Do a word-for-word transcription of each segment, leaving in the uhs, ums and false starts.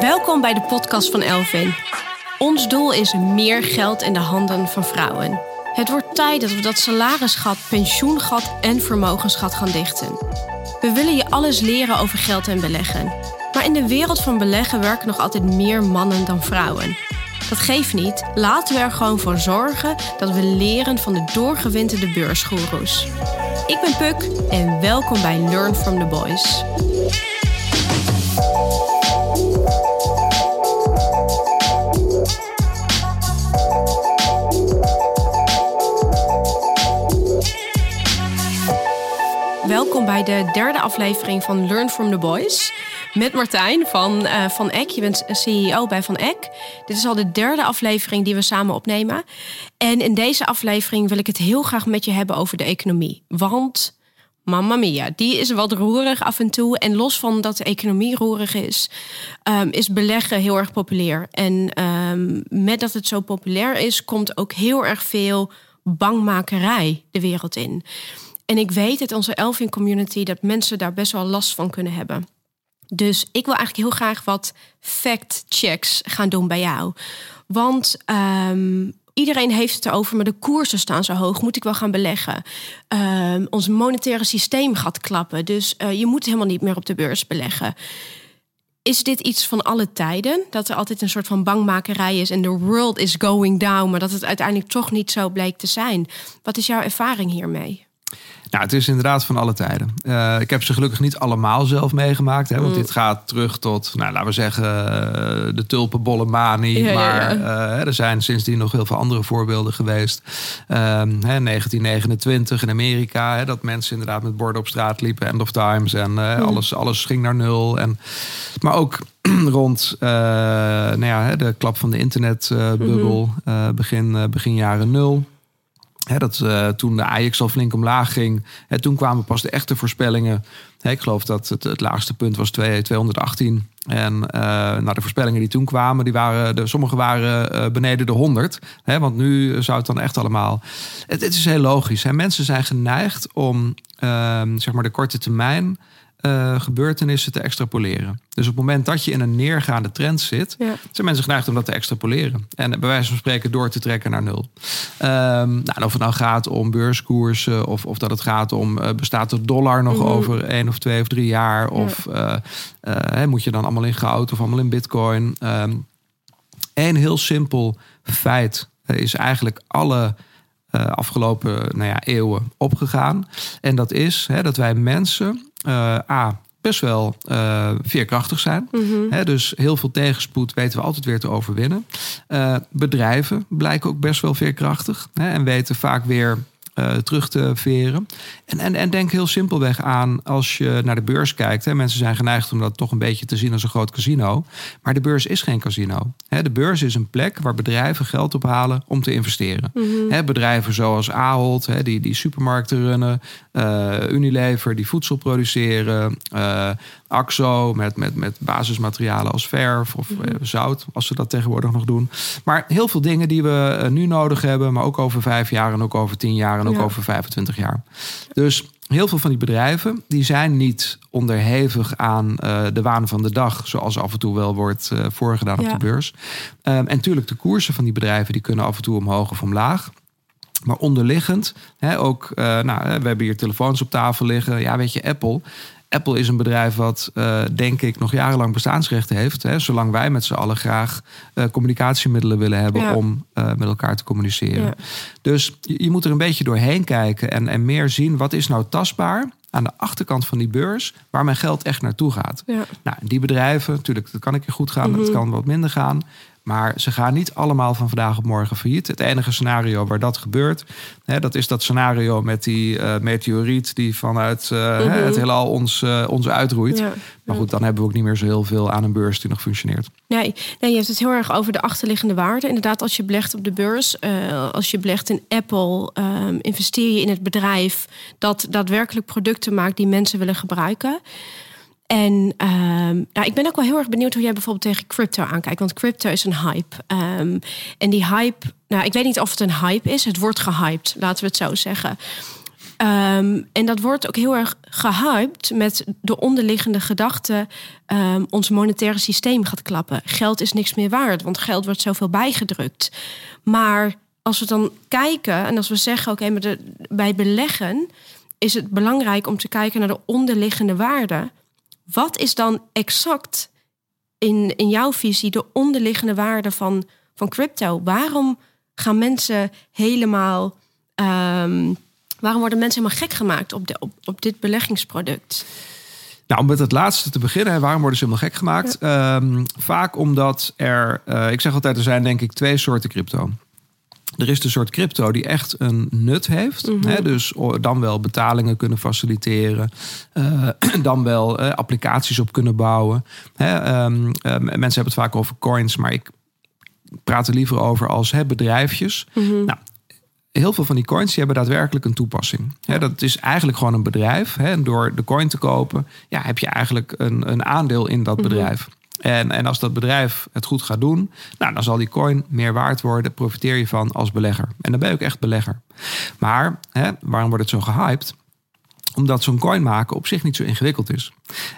Welkom bij de podcast van Elvin. Ons doel is meer geld in de handen van vrouwen. Het wordt tijd dat we dat salarisgat, pensioengat en vermogensgat gaan dichten. We willen je alles leren over geld en beleggen. Maar in de wereld van beleggen werken nog altijd meer mannen dan vrouwen. Dat geeft niet. Laten we er gewoon voor zorgen dat we leren van de doorgewinterde beursgoeroes. Ik ben Puk en welkom bij Learn from the Boys. Welkom bij de derde aflevering van Learn from the Boys. Met Martijn van uh, Van Eck. Je bent C E O bij Van Eck. Dit is al de derde aflevering die we samen opnemen. En in deze aflevering wil ik het heel graag met je hebben over de economie. Want, mamma mia, die is wat roerig af en toe. En los van dat de economie roerig is, um, is beleggen heel erg populair. En um, met dat het zo populair is, komt ook heel erg veel bangmakerij de wereld in. En ik weet uit onze Elvin community dat mensen daar best wel last van kunnen hebben. Dus ik wil eigenlijk heel graag wat fact-checks gaan doen bij jou. Want um, iedereen heeft het erover, maar de koersen staan zo hoog. Moet ik wel gaan beleggen? Um, ons monetaire systeem gaat klappen. Dus uh, je moet helemaal niet meer op de beurs beleggen. Is dit iets van alle tijden? Dat er altijd een soort van bangmakerij is en the world is going down, maar dat het uiteindelijk toch niet zo bleek te zijn. Wat is jouw ervaring hiermee? Nou, het is inderdaad van alle tijden. Uh, ik heb ze gelukkig niet allemaal zelf meegemaakt. Hè, want mm. dit gaat terug tot, nou, laten we zeggen, uh, de tulpenbollenmanie. Ja, maar ja, ja. Uh, er zijn sindsdien nog heel veel andere voorbeelden geweest. Um, hè, negentien negenentwintig in Amerika. Hè, dat mensen inderdaad met borden op straat liepen. End of times. En uh, mm. alles, alles ging naar nul. En, maar ook rond uh, nou ja, de klap van de internetbubbel. Uh, mm-hmm. uh, begin, uh, begin jaren nul. He, dat, uh, toen de A X al flink omlaag ging, he, toen kwamen pas de echte voorspellingen. He, ik geloof dat het, het laagste punt was tweehonderdachttien. En uh, nou, de voorspellingen die toen kwamen, die waren, de, sommige waren uh, beneden de honderd. He, want nu zou het dan echt allemaal. Het, het is heel logisch. He. Mensen zijn geneigd om uh, zeg maar de korte termijn Uh, gebeurtenissen te extrapoleren. Dus op het moment dat je in een neergaande trend zit, ja. zijn mensen geneigd om dat te extrapoleren. En bij wijze van spreken door te trekken naar nul. Um, nou, of het nou gaat om beurskoersen, of, of dat het gaat om uh, bestaat de dollar nog mm-hmm. over één of twee of drie jaar, ja. of uh, uh, moet je dan allemaal in goud of allemaal in bitcoin. Um, Eén heel simpel feit is eigenlijk alle uh, afgelopen nou ja, eeuwen opgegaan. En dat is hè, dat wij mensen Uh, A, best wel uh, veerkrachtig zijn. Mm-hmm. He, dus heel veel tegenspoed weten we altijd weer te overwinnen. Uh, bedrijven blijken ook best wel veerkrachtig. He, en weten vaak weer uh, terug te veren. En, en, en denk heel simpelweg aan als je naar de beurs kijkt. Hè, mensen zijn geneigd om dat toch een beetje te zien als een groot casino. Maar de beurs is geen casino. He, de beurs is een plek waar bedrijven geld ophalen om te investeren. Mm-hmm. He, bedrijven zoals Ahold, he, die, die supermarkten runnen. Uh, Unilever, die voedsel produceren. Uh, Axo, met, met, met basismaterialen als verf of mm-hmm. uh, zout, als ze dat tegenwoordig nog doen. Maar heel veel dingen die we uh, nu nodig hebben, maar ook over vijf jaar en ook over tien jaar en ook ja. over vijfentwintig jaar. Dus heel veel van die bedrijven die zijn niet onderhevig aan uh, de waan van de dag, zoals af en toe wel wordt uh, voorgedaan ja. op de beurs. Um, en natuurlijk de koersen van die bedrijven die kunnen af en toe omhoog of omlaag. Maar onderliggend, hè, ook, uh, nou, we hebben hier telefoons op tafel liggen. Ja, weet je, Apple. Apple is een bedrijf wat, uh, denk ik, nog jarenlang bestaansrechten heeft. Hè, zolang wij met z'n allen graag uh, communicatiemiddelen willen hebben ja. om uh, met elkaar te communiceren. Ja. Dus je, je moet er een beetje doorheen kijken en, en meer zien wat is nou tastbaar aan de achterkant van die beurs, waar mijn geld echt naartoe gaat. Ja. Nou, die bedrijven, natuurlijk, dat kan een keer goed gaan, mm-hmm. dat kan wat minder gaan. Maar ze gaan niet allemaal van vandaag op morgen failliet. Het enige scenario waar dat gebeurt, hè, dat is dat scenario met die uh, meteoriet die vanuit uh, mm-hmm. het heelal ons, uh, ons uitroeit. Ja. Maar goed, dan hebben we ook niet meer zo heel veel aan een beurs die nog functioneert. Nee, nee, je hebt het heel erg over de achterliggende waarde. Inderdaad, als je belegt op de beurs, uh, als je belegt in Apple, um, investeer je in het bedrijf dat daadwerkelijk producten maakt die mensen willen gebruiken. En um, nou, ik ben ook wel heel erg benieuwd hoe jij bijvoorbeeld tegen crypto aankijkt. Want crypto is een hype. Um, en die hype, nou, ik weet niet of het een hype is. Het wordt gehyped, laten we het zo zeggen. Um, en dat wordt ook heel erg gehyped met de onderliggende gedachte... Um, ons monetaire systeem gaat klappen. Geld is niks meer waard, want geld wordt zoveel bijgedrukt. Maar als we dan kijken en als we zeggen... oké, okay, maar bij beleggen is het belangrijk om te kijken naar de onderliggende waarde. Wat is dan exact in, in jouw visie de onderliggende waarde van, van crypto? Waarom gaan mensen helemaal... Um, waarom worden mensen helemaal gek gemaakt op, de, op, op dit beleggingsproduct? Nou, om met het laatste te beginnen, waarom worden ze helemaal gek gemaakt? Ja. Um, vaak omdat er, uh, ik zeg altijd, er zijn denk ik twee soorten crypto. Er is de soort crypto die echt een nut heeft. Mm-hmm. Hè, dus dan wel betalingen kunnen faciliteren. Uh, dan wel uh, applicaties op kunnen bouwen. Hè, um, uh, mensen hebben het vaak over coins, maar ik praat er liever over als hè, bedrijfjes. Mm-hmm. Nou, heel veel van die coins die hebben daadwerkelijk een toepassing. He, dat is eigenlijk gewoon een bedrijf. He, en door de coin te kopen, ja, heb je eigenlijk een, een aandeel in dat mm-hmm. bedrijf. En, en als dat bedrijf het goed gaat doen, nou, dan zal die coin meer waard worden. Profiteer je van als belegger. En dan ben je ook echt belegger. Maar he, waarom wordt het zo gehyped? Omdat zo'n coin maken op zich niet zo ingewikkeld is.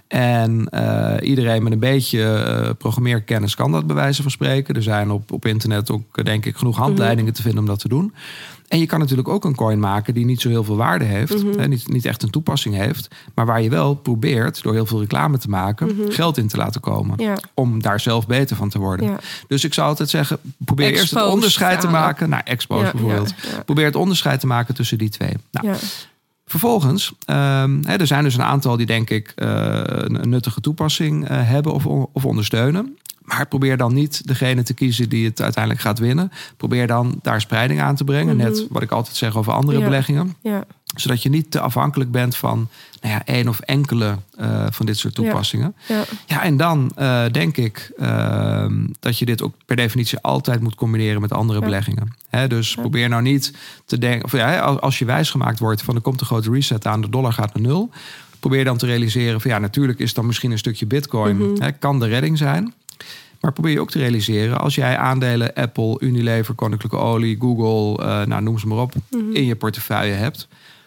En uh, iedereen met een beetje uh, programmeerkennis kan dat bij wijze van spreken. Er zijn op, op internet ook denk ik genoeg handleidingen mm-hmm. te vinden om dat te doen. En je kan natuurlijk ook een coin maken die niet zo heel veel waarde heeft. Mm-hmm. Hè, niet, niet echt een toepassing heeft. Maar waar je wel probeert door heel veel reclame te maken mm-hmm. geld in te laten komen. Ja. Om daar zelf beter van te worden. Ja. Dus ik zou altijd zeggen, probeer Expose, eerst het onderscheid te maken. Nou, Expose ja, bijvoorbeeld. Ja, ja. Probeer het onderscheid te maken tussen die twee. Nou, ja. Vervolgens, um, hè, er zijn dus een aantal die denk ik uh, een nuttige toepassing uh, hebben of, of ondersteunen. Maar probeer dan niet degene te kiezen die het uiteindelijk gaat winnen. Probeer dan daar spreiding aan te brengen. Mm-hmm. Net wat ik altijd zeg over andere ja. beleggingen. Ja. Zodat je niet te afhankelijk bent van nou ja, één of enkele uh, van dit soort toepassingen. Ja, ja. ja en dan uh, denk ik uh, dat je dit ook per definitie altijd moet combineren met andere ja. beleggingen. He, dus ja. probeer nou niet te denken... Of, ja, als je wijsgemaakt wordt van er komt een grote reset aan, de dollar gaat naar nul. Probeer dan te realiseren van ja, natuurlijk is dan misschien een stukje bitcoin. Mm-hmm. He, kan de redding zijn. Maar probeer je ook te realiseren, als jij aandelen Apple, Unilever, Koninklijke Olie, Google, uh, nou noem ze maar op, mm-hmm. in je portefeuille hebt,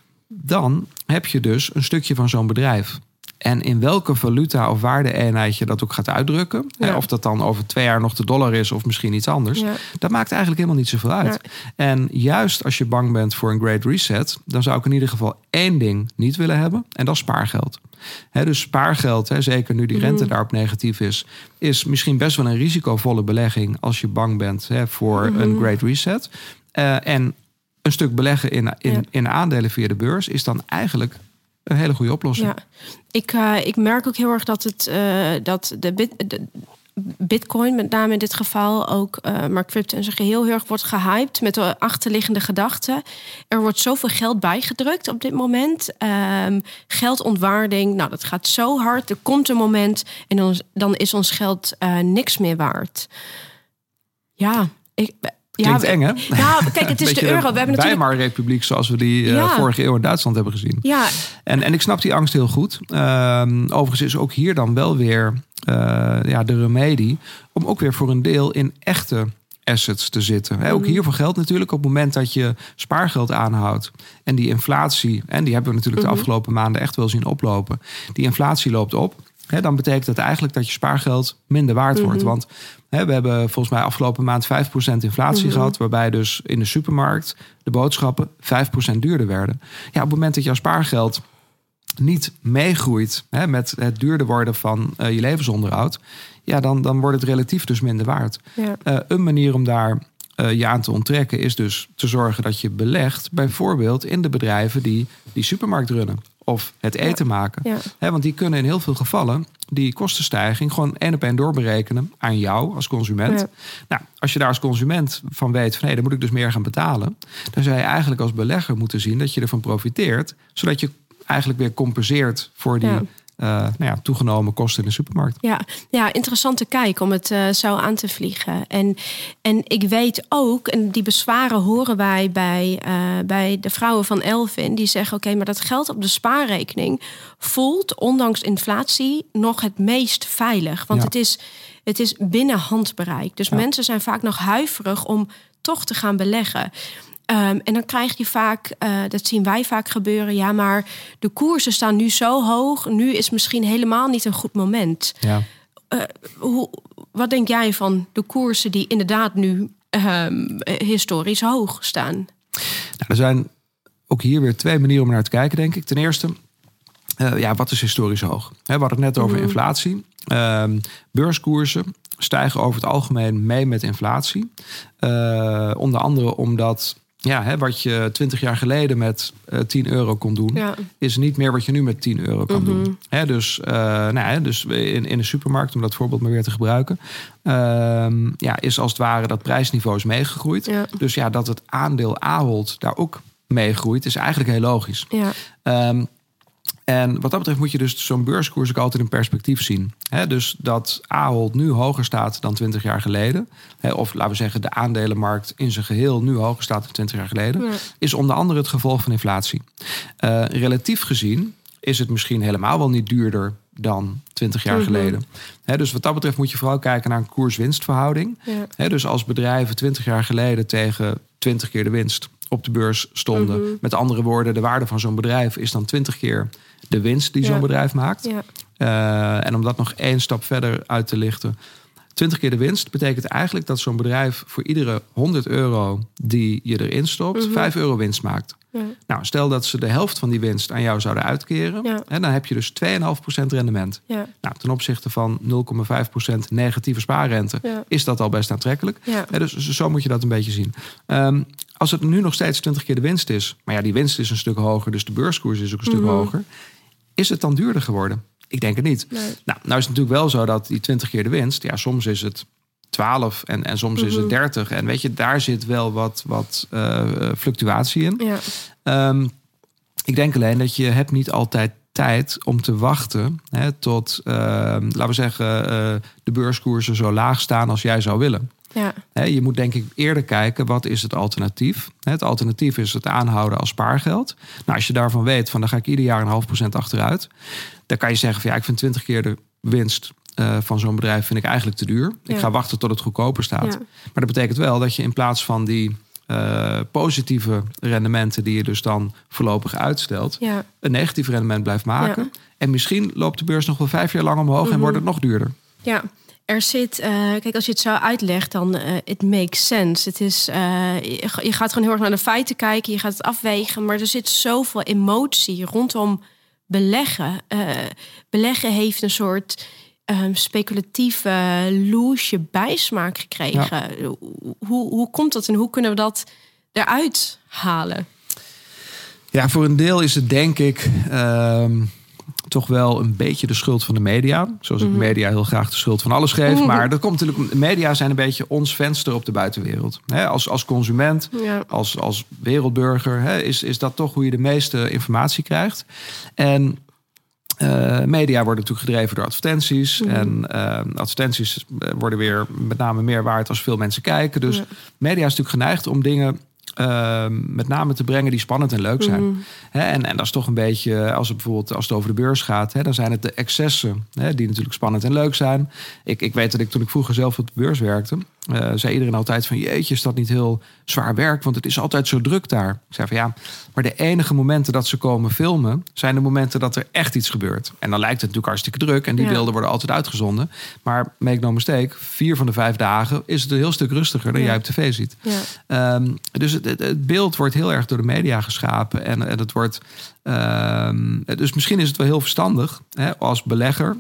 dan heb je dus een stukje van zo'n bedrijf. En in welke valuta of waarde-eenheid je dat ook gaat uitdrukken, ja. hè, of dat dan over twee jaar nog de dollar is of misschien iets anders, ja. dat maakt eigenlijk helemaal niet zoveel uit. Ja. En juist als je bang bent voor een great reset, dan zou ik in ieder geval één ding niet willen hebben, en dat is spaargeld. He, dus spaargeld, he, zeker nu die rente mm. daarop negatief is, is misschien best wel een risicovolle belegging als je bang bent he, voor mm-hmm. een great reset. Uh, en een stuk beleggen in, in, ja. in aandelen via de beurs is dan eigenlijk een hele goede oplossing. Ja. Ik, uh, ik merk ook heel erg dat het uh, dat de, bit, de Bitcoin, met name in dit geval ook, uh, maar crypto in zijn geheel heel erg wordt gehyped met de achterliggende gedachte. Er wordt zoveel geld bijgedrukt op dit moment. Um, geldontwaarding, nou dat gaat zo hard. Er komt een moment en dan, dan is ons geld uh, niks meer waard. Ja, ik... Klinkt ja, eng, hè? Ja, kijk, het is de euro. We hebben natuurlijk Weimarrepubliek zoals we die uh, ja. vorige eeuw in Duitsland hebben gezien. Ja. En, en ik snap die angst heel goed. Uh, overigens is ook hier dan wel weer uh, ja, de remedie om ook weer voor een deel in echte assets te zitten. He, ook hiervoor geldt natuurlijk op het moment dat je spaargeld aanhoudt en die inflatie, en die hebben we natuurlijk mm-hmm. de afgelopen maanden echt wel zien oplopen, die inflatie loopt op. He, dan betekent dat eigenlijk dat je spaargeld minder waard mm-hmm. wordt. Want he, we hebben volgens mij afgelopen maand vijf procent inflatie mm-hmm. gehad, waarbij dus in de supermarkt de boodschappen vijf procent duurder werden. Ja, op het moment dat jouw spaargeld niet meegroeit he, met het duurder worden van uh, je levensonderhoud, ja, dan, dan wordt het relatief dus minder waard. Ja. Uh, een manier om daar uh, je aan te onttrekken is dus te zorgen dat je belegt, bijvoorbeeld in de bedrijven die die supermarkt runnen. Of het eten ja. maken. Ja. He, want die kunnen in heel veel gevallen die kostenstijging gewoon één op één doorberekenen aan jou als consument. Ja. Nou, als je daar als consument van weet van hé, dan moet ik dus meer gaan betalen, dan zou je eigenlijk als belegger moeten zien dat je ervan profiteert, zodat je eigenlijk weer compenseert voor die ja. Uh, nou ja, toegenomen kosten in de supermarkt. Ja, ja, interessante kijk om het uh, zo aan te vliegen. En, en ik weet ook, en die bezwaren horen wij bij, uh, bij de vrouwen van Elvin, die zeggen oké, okay, maar dat geld op de spaarrekening voelt ondanks inflatie nog het meest veilig. Want ja. het, is, het is binnen handbereik. Dus ja. mensen zijn vaak nog huiverig om toch te gaan beleggen. Um, en dan krijg je vaak, uh, dat zien wij vaak gebeuren... ja, maar de koersen staan nu zo hoog... nu is misschien helemaal niet een goed moment. Ja. Uh, hoe, wat denk jij van de koersen die inderdaad nu um, historisch hoog staan? Nou, er zijn ook hier weer twee manieren om naar te kijken, denk ik. Ten eerste, uh, ja, wat is historisch hoog? He, we hadden het net over mm. inflatie. Uh, beurskoersen stijgen over het algemeen mee met inflatie. Uh, onder andere omdat... Ja, hè, wat je twintig jaar geleden met uh, tien euro kon doen... Ja. is niet meer wat je nu met tien euro kan mm-hmm. doen. Hè, dus uh, nou ja, dus in, in de supermarkt, om dat voorbeeld maar weer te gebruiken... Uh, ja, is als het ware dat prijsniveau is meegegroeid. Ja. Dus ja, dat het aandeel Ahold daar ook meegroeit... is eigenlijk heel logisch. Ja. Um, En wat dat betreft moet je dus zo'n beurskoers ook altijd in perspectief zien. He, dus dat Ahold nu hoger staat dan twintig jaar geleden... He, of laten we zeggen de aandelenmarkt in zijn geheel nu hoger staat dan twintig jaar geleden... Ja. is onder andere het gevolg van inflatie. Uh, relatief gezien is het misschien helemaal wel niet duurder dan twintig jaar mm-hmm. geleden. He, dus wat dat betreft moet je vooral kijken naar een koers-winstverhouding. Ja. He, dus als bedrijven twintig jaar geleden tegen twintig keer de winst op de beurs stonden... Mm-hmm. met andere woorden, de waarde van zo'n bedrijf is dan twintig keer... de winst die ja. zo'n bedrijf maakt. Ja. Uh, en om dat nog één stap verder uit te lichten... twintig keer de winst betekent eigenlijk dat zo'n bedrijf... voor iedere honderd euro die je erin stopt... Mm-hmm. vijf euro winst maakt. Ja. Nou, stel dat ze de helft van die winst aan jou zouden uitkeren... Ja. En dan heb je dus twee komma vijf procent rendement. Ja. Nou, ten opzichte van nul komma vijf procent negatieve spaarrente... Ja. is dat al best aantrekkelijk. Ja. Ja, dus zo moet je dat een beetje zien. Um, als het nu nog steeds twintig keer de winst is... maar ja, die winst is een stuk hoger... dus de beurskoers is ook een mm-hmm. stuk hoger... is het dan duurder geworden? Ik denk het niet. Nee. Nou, nou is het natuurlijk wel zo dat die twintig keer de winst... ja, soms is het twaalf en, en soms mm-hmm. is het dertig. En weet je, daar zit wel wat, wat uh, fluctuatie in. Ja. Um, ik denk alleen dat je hebt niet altijd tijd om te wachten... Hè, tot, uh, laten we zeggen, uh, de beurskoersen zo laag staan als jij zou willen. Ja. He, je moet denk ik eerder kijken, wat is het alternatief? Het alternatief is het aanhouden als spaargeld. Nou, als je daarvan weet, van dan ga ik ieder jaar een half procent achteruit. Dan kan je zeggen van ja, ik vind twintig keer de winst uh, van zo'n bedrijf vind ik eigenlijk te duur. Ja. Ik ga wachten tot het goedkoper staat. Ja. Maar dat betekent wel dat je in plaats van die uh, positieve rendementen die je dus dan voorlopig uitstelt, ja. een negatief rendement blijft maken. Ja. En misschien loopt de beurs nog wel vijf jaar lang omhoog mm-hmm. en wordt het nog duurder. Ja. Er zit, uh, kijk, als je het zo uitlegt, dan uh, it makes sense. Het is, uh, je, je gaat gewoon heel erg naar de feiten kijken, je gaat het afwegen, maar er zit zoveel emotie rondom beleggen. Uh, beleggen heeft een soort uh, speculatieve, loesje bijsmaak gekregen. Ja. Hoe, hoe komt dat en hoe kunnen we dat eruit halen? Ja, voor een deel is het denk ik... Uh... toch wel een beetje de schuld van de media. Zoals ik mm-hmm. media heel graag de schuld van alles geef. Mm-hmm. Maar dat komt natuurlijk... Media zijn een beetje ons venster op de buitenwereld. He, als, als consument, ja. als, als wereldburger... He, is, is dat toch hoe je de meeste informatie krijgt. En uh, media worden natuurlijk gedreven door advertenties. Mm-hmm. En uh, advertenties worden weer met name meer waard als veel mensen kijken. Dus ja. media is natuurlijk geneigd om dingen... Uh, met name te brengen die spannend en leuk zijn. Mm. He, en, en dat is toch een beetje, als het bijvoorbeeld als het over de beurs gaat... He, dan zijn het de excessen he, die natuurlijk spannend en leuk zijn. Ik, ik weet dat ik toen ik vroeger zelf op de beurs werkte... Uh, zei iedereen altijd van jeetje, is dat niet heel zwaar werk? Want het is altijd zo druk daar. Ik zei van ja, maar de enige momenten dat ze komen filmen... zijn de momenten dat er echt iets gebeurt. En dan lijkt het natuurlijk hartstikke druk... en die ja. beelden worden altijd uitgezonden. Maar make no mistake, vier van de vijf dagen... is het een heel stuk rustiger dan ja. jij op tv ziet. Ja. Um, dus het, het, het beeld wordt heel erg door de media geschapen. En, en het wordt... Um, dus misschien is het wel heel verstandig hè, als belegger...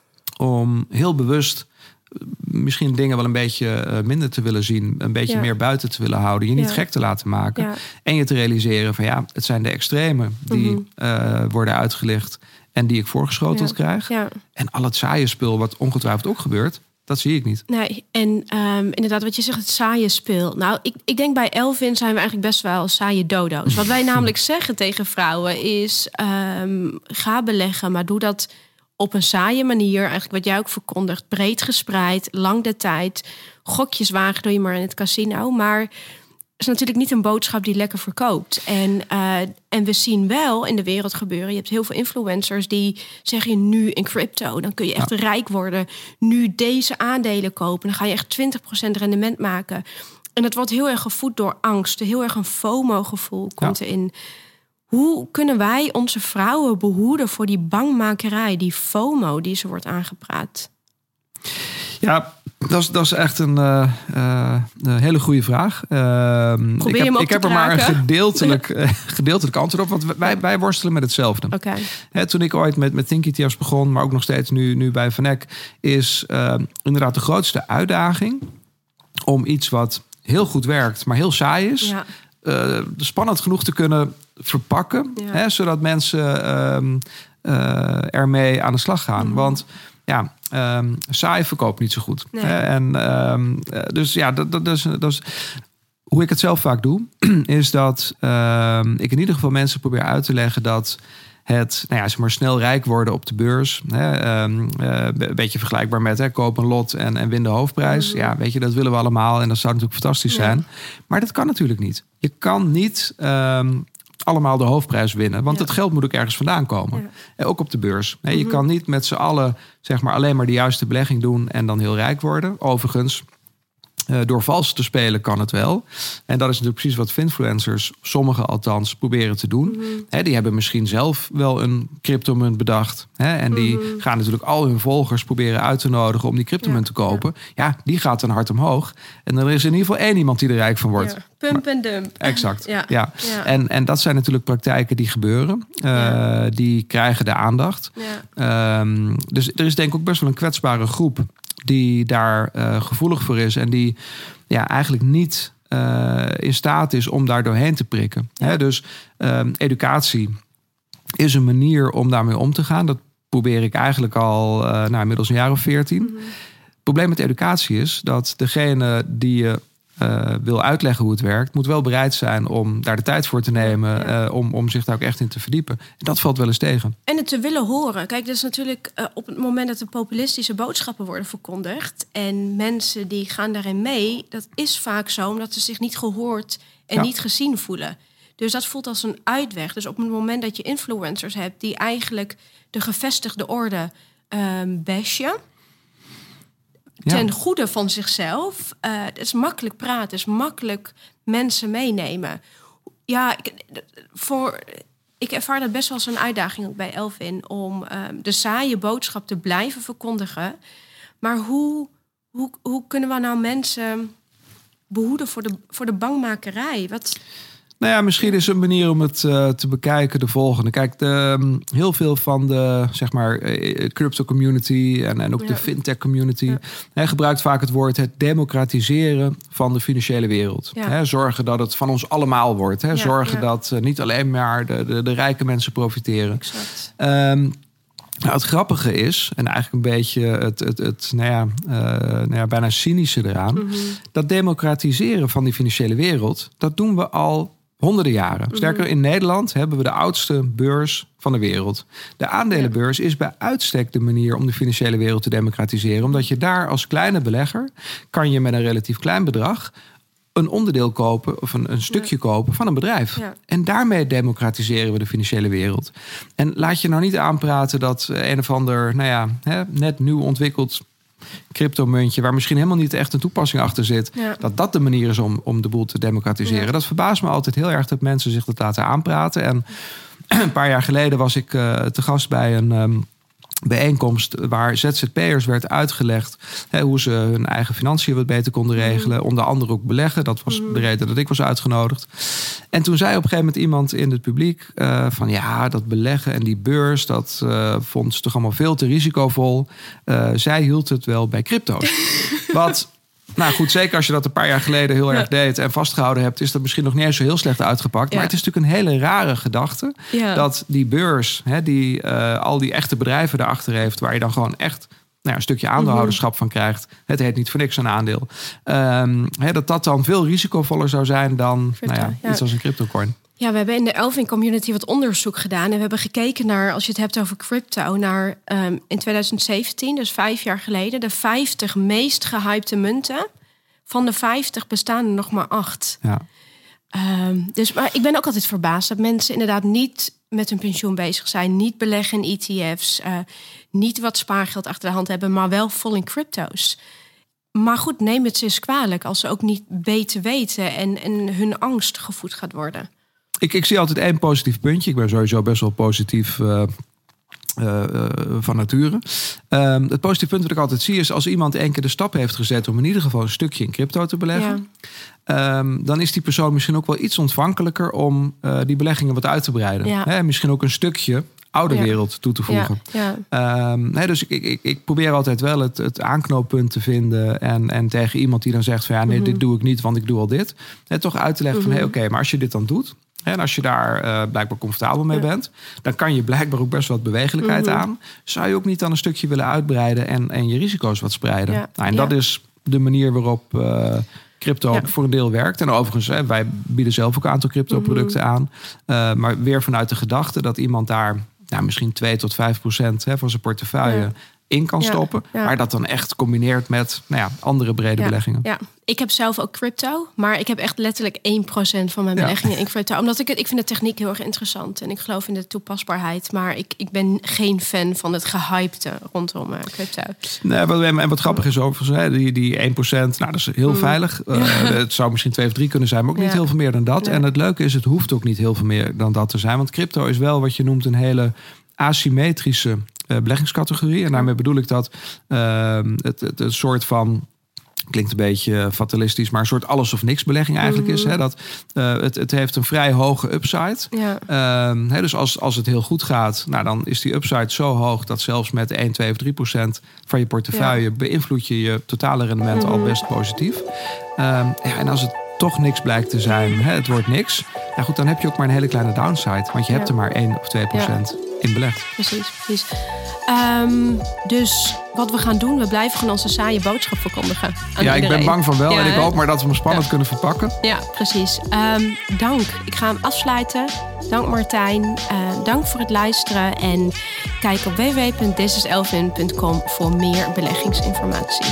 om heel bewust... misschien dingen wel een beetje minder te willen zien. Een beetje ja. meer buiten te willen houden. Je niet ja. gek te laten maken. Ja. En je te realiseren van ja, het zijn de extremen die mm-hmm. uh, worden uitgelicht. En die ik voorgeschoteld ja. krijg. Ja. En al het saaie spul wat ongetwijfeld ook gebeurt. Dat zie ik niet. Nee, en um, inderdaad wat je zegt, het saaie spul. Nou, ik, ik denk bij Elvin zijn we eigenlijk best wel saaie dodo's. Wat wij namelijk zeggen tegen vrouwen is... Um, ga beleggen, maar doe dat... op een saaie manier, eigenlijk wat jij ook verkondigt... breed gespreid, lang de tijd. Gokjes wagen doe je maar in het casino. Maar is natuurlijk niet een boodschap die lekker verkoopt. En, uh, en we zien wel in de wereld gebeuren... je hebt heel veel influencers die zeggen... nu in crypto, dan kun je echt ja. rijk worden. Nu deze aandelen kopen, dan ga je echt twintig procent rendement maken. en het wordt heel erg gevoed door angst. Heel erg een FOMO-gevoel komt ja. erin. Hoe kunnen wij onze vrouwen behoeden voor die bangmakerij, die FOMO die ze wordt aangepraat? Ja, dat is, dat is echt een, uh, uh, een hele goede vraag. Uh, Probeer ik heb, hem op ik te heb er maar een kraken. gedeeltelijk, uh, gedeeltelijk antwoord op. Want wij, wij worstelen met hetzelfde. Okay. He, toen ik ooit met, met Think E T F's begon, maar ook nog steeds nu, nu bij Van Eck, is uh, inderdaad de grootste uitdaging om iets wat heel goed werkt, maar heel saai is, ja. uh, spannend genoeg te kunnen verpakken. Ja. Hè, zodat mensen uh, uh, ermee aan de slag gaan. Mm-hmm. Want ja, um, saai verkoopt niet zo goed. Nee. Hè? En um, dus ja, dat, dat, is, dat is hoe ik het zelf vaak doe, is dat uh, ik in ieder geval mensen probeer uit te leggen dat het, nou ja, zeg maar snel rijk worden op de beurs. Hè, um, uh, een beetje vergelijkbaar met hè, koop een lot en, en win de hoofdprijs. Mm-hmm. Ja, weet je, dat willen we allemaal en dat zou natuurlijk fantastisch zijn. Ja. Maar dat kan natuurlijk niet. Je kan niet um, allemaal de hoofdprijs winnen, want ja. het geld moet ook ergens vandaan komen. Ja. Ook op de beurs. Mm-hmm. Je kan niet met z'n allen zeg maar alleen maar de juiste belegging doen en dan heel rijk worden. Overigens, Uh, door vals te spelen kan het wel. En dat is natuurlijk precies wat influencers, sommigen althans, proberen te doen. Mm-hmm. He, die hebben misschien zelf wel een cryptomunt bedacht. He, en die mm-hmm. gaan natuurlijk al hun volgers proberen uit te nodigen om die cryptomunt ja, te kopen. Ja. ja, die gaat dan hard omhoog. En er is in ieder geval één iemand die er rijk van wordt. Ja. Pump en dump. Exact. Ja. Ja. Ja. En, en dat zijn natuurlijk praktijken die gebeuren. Uh, ja. Die krijgen de aandacht. Ja. Um, dus er is denk ik ook best wel een kwetsbare groep die daar uh, gevoelig voor is en die ja, eigenlijk niet uh, in staat is om daar doorheen te prikken. Ja. He, dus um, educatie is een manier om daarmee om te gaan. Dat probeer ik eigenlijk al uh, nou, inmiddels een jaar of veertien. Mm-hmm. Het probleem met educatie is dat degene die je uh, wil uitleggen hoe het werkt, moet wel bereid zijn om daar de tijd voor te nemen, ja. uh, om, om zich daar ook echt in te verdiepen. En dat valt wel eens tegen. En het te willen horen. Kijk, dat is natuurlijk uh, op het moment dat er populistische boodschappen worden verkondigd en mensen die gaan daarin mee, dat is vaak zo omdat ze zich niet gehoord en ja. niet gezien voelen. Dus dat voelt als een uitweg. Dus op het moment dat je influencers hebt die eigenlijk de gevestigde orde um, bashen, ten ja. goede van zichzelf. Uh, het is makkelijk praten, het is makkelijk mensen meenemen. Ja, ik, voor, ik ervaar dat best wel als een uitdaging ook bij Elvin om uh, de saaie boodschap te blijven verkondigen. Maar hoe, hoe, hoe kunnen we nou mensen behoeden voor de, voor de bangmakerij? Wat... Nou ja, misschien is een manier om het uh, te bekijken de volgende. Kijk, de, um, heel veel van de zeg maar uh, crypto community en, en ook ja. de fintech community ja. hè, gebruikt vaak het woord het democratiseren van de financiële wereld. Ja. Hè, zorgen dat het van ons allemaal wordt. Hè, ja, zorgen ja. dat uh, niet alleen maar de, de, de rijke mensen profiteren. Exact. Um, Nou, het grappige is, en eigenlijk een beetje het, het, het nou ja, uh, nou ja, bijna cynische eraan, mm-hmm. dat democratiseren van die financiële wereld, dat doen we al honderden jaren. Mm-hmm. Sterker, in Nederland hebben we de oudste beurs van de wereld. De aandelenbeurs ja. is bij uitstek de manier om de financiële wereld te democratiseren. Omdat je daar als kleine belegger, kan je met een relatief klein bedrag een onderdeel kopen of een, een stukje ja. kopen van een bedrijf. Ja. En daarmee democratiseren we de financiële wereld. En laat je nou niet aanpraten dat een of ander, nou ja, hè, net nieuw ontwikkeld cryptomuntje, waar misschien helemaal niet echt een toepassing achter zit, ja. dat dat de manier is om, om de boel te democratiseren. Ja. Dat verbaast me altijd heel erg dat mensen zich dat laten aanpraten. En een paar jaar geleden was ik uh, te gast bij een Um, bijeenkomst waar Z Z P'ers werd uitgelegd hè, hoe ze hun eigen financiën wat beter konden regelen. Mm. Onder andere ook beleggen. Dat was mm. de reden dat ik was uitgenodigd. En toen zei op een gegeven moment iemand in het publiek uh, van ja, dat beleggen en die beurs, dat uh, vond ze toch allemaal veel te risicovol. Uh, zij hield het wel bij crypto's. Wat... Nou goed, zeker als je dat een paar jaar geleden heel erg deed en vastgehouden hebt, is dat misschien nog niet eens zo heel slecht uitgepakt. Ja. Maar het is natuurlijk een hele rare gedachte ja. dat die beurs, hè, die uh, al die echte bedrijven daarachter heeft, waar je dan gewoon echt nou ja, een stukje aandeelhouderschap van krijgt. Het heet niet voor niks een aandeel. Um, hè, dat dat dan veel risicovoller zou zijn dan nou ja, ja. iets als een cryptocoin. Ja, we hebben in de Elvin Community wat onderzoek gedaan. En we hebben gekeken naar, als je het hebt over crypto, naar um, in twintig zeventien, dus vijf jaar geleden, de vijftig meest gehypte munten. Van de vijftig bestaan er nog maar acht. Ja. Um, dus, maar ik ben ook altijd verbaasd dat mensen inderdaad niet met hun pensioen bezig zijn. Niet beleggen in E T F's. Uh, niet wat spaargeld achter de hand hebben, maar wel vol in crypto's. Maar goed, neem het ze eens kwalijk als ze ook niet beter weten en, en hun angst gevoed gaat worden. Ik, ik zie altijd één positief puntje. Ik ben sowieso best wel positief uh, uh, uh, van nature. Um, het positieve punt wat ik altijd zie is als iemand één keer de stap heeft gezet om in ieder geval een stukje in crypto te beleggen. Ja. Um, dan is die persoon misschien ook wel iets ontvankelijker om uh, die beleggingen wat uit te breiden. Ja. Hè, misschien ook een stukje oude ja. wereld toe te voegen. Ja. Ja. Um, nee, dus ik, ik, ik probeer altijd wel het, het aanknooppunt te vinden. En, en tegen iemand die dan zegt van ja, nee, mm-hmm. dit doe ik niet, want ik doe al dit. Hè, toch uit te leggen mm-hmm. van hé, hey, oké, okay, maar als je dit dan doet. En als je daar uh, blijkbaar comfortabel mee ja. bent, dan kan je blijkbaar ook best wat bewegelijkheid mm-hmm. aan. Zou je ook niet dan een stukje willen uitbreiden en, en je risico's wat spreiden? Ja. Nou, en ja. dat is de manier waarop uh, crypto ja. voor een deel werkt. En overigens, hè, wij bieden zelf ook een aantal crypto-producten mm-hmm. aan. Uh, maar weer vanuit de gedachte dat iemand daar nou, misschien twee tot vijf procent hè, van zijn portefeuille ja. in kan stoppen. Ja, ja. Maar dat dan echt combineert met nou ja, andere brede ja, beleggingen. Ja, ik heb zelf ook crypto. Maar ik heb echt letterlijk één procent van mijn beleggingen ja. in crypto. Omdat ik, ik vind de techniek heel erg interessant. En ik geloof in de toepasbaarheid. Maar ik, ik ben geen fan van het gehypte rondom uh, crypto. Nee, wat, en wat grappig is overigens, die, die één procent, nou, dat is heel mm. veilig. Uh, ja. Het zou misschien twee of drie kunnen zijn, maar ook niet ja. heel veel meer dan dat. Nee. En het leuke is, het hoeft ook niet heel veel meer dan dat te zijn. Want crypto is wel wat je noemt een hele asymmetrische uh, beleggingscategorie. En daarmee bedoel ik dat uh, het, het een soort van, klinkt een beetje fatalistisch, maar een soort alles of niks belegging eigenlijk mm-hmm. is. Hè, dat, uh, het, het heeft een vrij hoge upside. Ja. Uh, hè, dus als, als het heel goed gaat, nou, dan is die upside zo hoog dat zelfs met één, twee of drie procent van je portefeuille ja. beïnvloed je je totale rendement mm-hmm. al best positief. Uh, ja, en als het toch niks blijkt te zijn, hè, het wordt niks. Ja goed, dan heb je ook maar een hele kleine downside. Want je ja. hebt er maar één of twee procent ja. in belegd. Precies, precies. Um, dus wat we gaan doen, we blijven gewoon onze saaie boodschap verkondigen. Aan ja, iedereen. Ik ben bang van wel. Ja, en ik hoop maar dat we hem spannend ja. kunnen verpakken. Ja, precies. Um, dank. Ik ga hem afsluiten. Dank Martijn. Uh, dank voor het luisteren. En kijk op w w w punt this is elvin punt com voor meer beleggingsinformatie.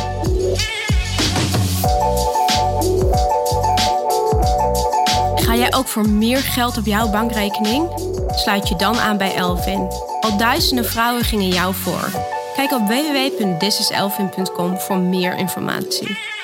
Ga jij ook voor meer geld op jouw bankrekening? Sluit je dan aan bij Elvin. Al duizenden vrouwen gingen jou voor. Kijk op w w w punt this is elvin punt com voor meer informatie.